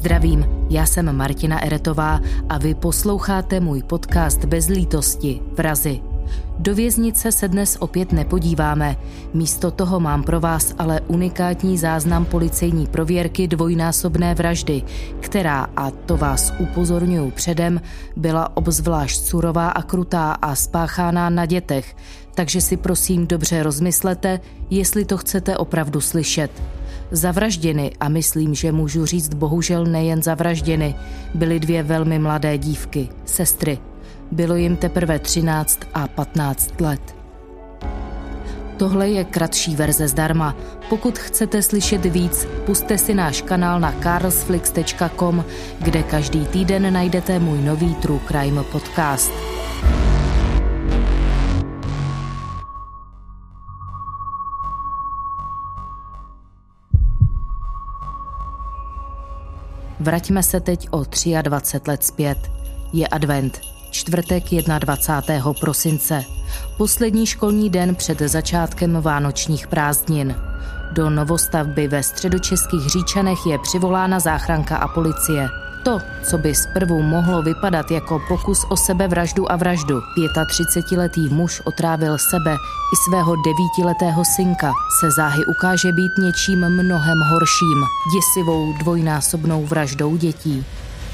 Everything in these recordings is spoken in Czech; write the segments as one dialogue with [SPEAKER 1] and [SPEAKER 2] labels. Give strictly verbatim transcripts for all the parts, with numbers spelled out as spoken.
[SPEAKER 1] Zdravím, já jsem Martina Eretová a vy posloucháte můj podcast Bez lítosti, Vrazi. Do věznice se dnes opět nepodíváme, místo toho mám pro vás ale unikátní záznam policejní prověrky dvojnásobné vraždy, která, a to vás upozorňuji předem, byla obzvlášť surová a krutá a spáchána na dětech, takže si prosím dobře rozmyslete, jestli to chcete opravdu slyšet. Zavražděny, a myslím, že můžu říct bohužel nejen zavražděny, byly dvě velmi mladé dívky, sestry. Bylo jim teprve třináct a patnáct let. Tohle je kratší verze zdarma. Pokud chcete slyšet víc, pusťte si náš kanál na carlsflix tečka com, kde každý týden najdete můj nový True Crime podcast. Vraťme se teď o dvacet tři let zpět. Je advent. Čtvrtek dvacátého prvního prosince. Poslední školní den před začátkem vánočních prázdnin. Do novostavby ve středočeských Říčanech je přivolána záchranka a policie. To, co by zprvu mohlo vypadat jako pokus o sebevraždu a vraždu, třicetiletý muž otrávil sebe i svého devítiletého synka, se záhy ukáže být něčím mnohem horším, děsivou dvojnásobnou vraždou dětí.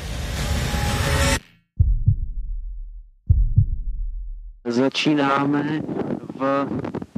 [SPEAKER 2] Začínáme v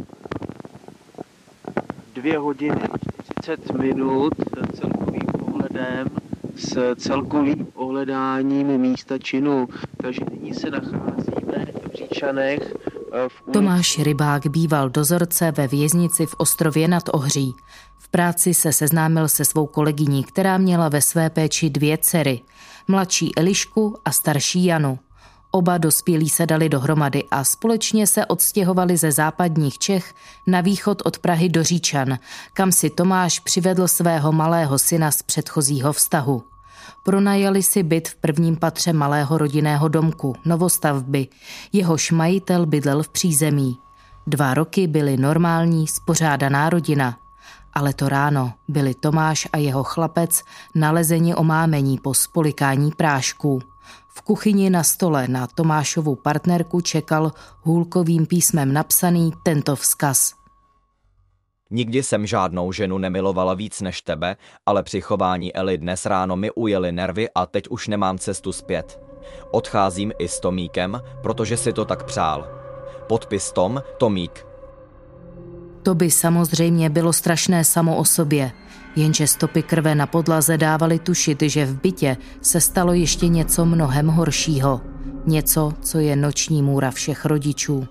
[SPEAKER 2] dvě hodiny čtyřicet minut celkovým pohledem s celkovým ohledáním místa činu. Takže nyní se nacházíme v Říčanech. V...
[SPEAKER 1] Tomáš Rybák býval dozorce ve věznici v Ostrově nad Ohří. V práci se seznámil se svou kolegyní, která měla ve své péči dvě dcery, mladší Elišku a starší Janu. Oba dospělí se dali dohromady a společně se odstěhovali ze západních Čech na východ od Prahy do Říčan, kam si Tomáš přivedl svého malého syna z předchozího vztahu. Pronajali si byt v prvním patře malého rodinného domku, novostavby, jehož majitel bydlel v přízemí. Dva roky byli normální, spořádaná rodina. Ale to ráno byli Tomáš a jeho chlapec nalezeni omámení po spolikání prášků. V kuchyni na stole na Tomášovu partnerku čekal hůlkovým písmem napsaný tento vzkaz.
[SPEAKER 3] Nikdy jsem žádnou ženu nemilovala víc než tebe, ale při chování Eli dnes ráno mi ujeli nervy a teď už nemám cestu zpět. Odcházím i s Tomíkem, protože si to tak přál. Podpis Tom, Tomík.
[SPEAKER 1] To by samozřejmě bylo strašné samo o sobě, jenže stopy krve na podlaze dávaly tušit, že v bytě se stalo ještě něco mnohem horšího. Něco, co je noční můra všech rodičů.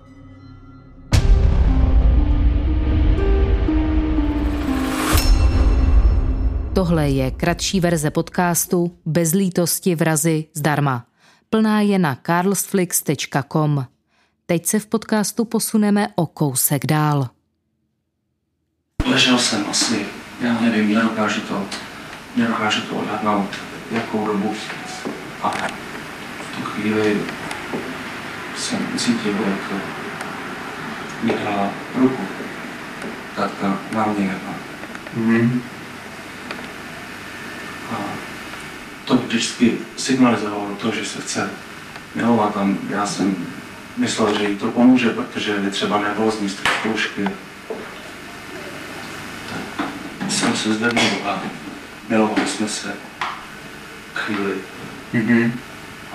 [SPEAKER 1] Tohle je kratší verze podcastu Bez lítosti, Vrazi zdarma. Plná je na carlsflix tečka com. Teď se v podcastu posuneme o kousek dál.
[SPEAKER 4] Ležel jsem asi, já nevím, nedokážu to, nedokážu to odhadnout, jakou dobu. A v tu chvíli jsem cítil, jak mi dala ruku. Tak na mě jedna. Mm-hmm. A to vždycky signalizovalo to, že se chce milovat. A já jsem myslel, že jí to pomůže, protože je třeba nervózní z té zkoušky. Jsem se zvednul a milovali jsme se chvíli. Mm-hmm. A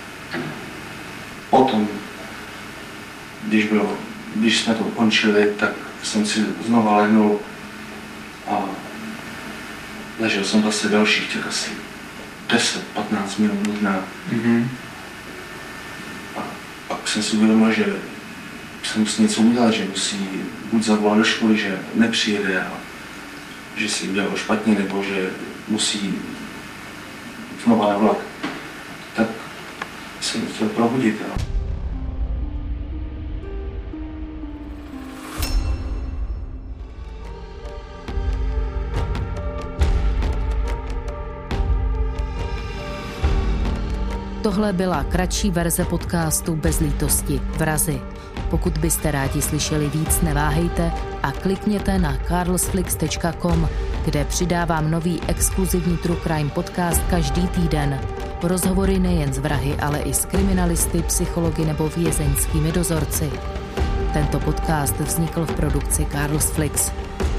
[SPEAKER 4] potom, když, bylo, když jsme to ukončili, tak jsem si znova lehnul a ležel jsem zase dalších těch asi deset patnáct minut možná. Mm-hmm. A pak jsem si uvědomil, že jsem musel něco udělat, že musí buď zavolat do školy, že nepřijede a že si udělal špatně, nebo že musí znova na vlak. Tak jsem chtěl probudit. Jo.
[SPEAKER 1] Tohle byla kratší verze podcastu Bez lítosti, Vrazi. Pokud byste rádi slyšeli víc, neváhejte a klikněte na carlsflix tečka com, kde přidávám nový exkluzivní True Crime podcast každý týden. Rozhovory nejen s vrahy, ale i s kriminalisty, psychologi nebo vězeňskými dozorci. Tento podcast vznikl v produkci Carlsflix.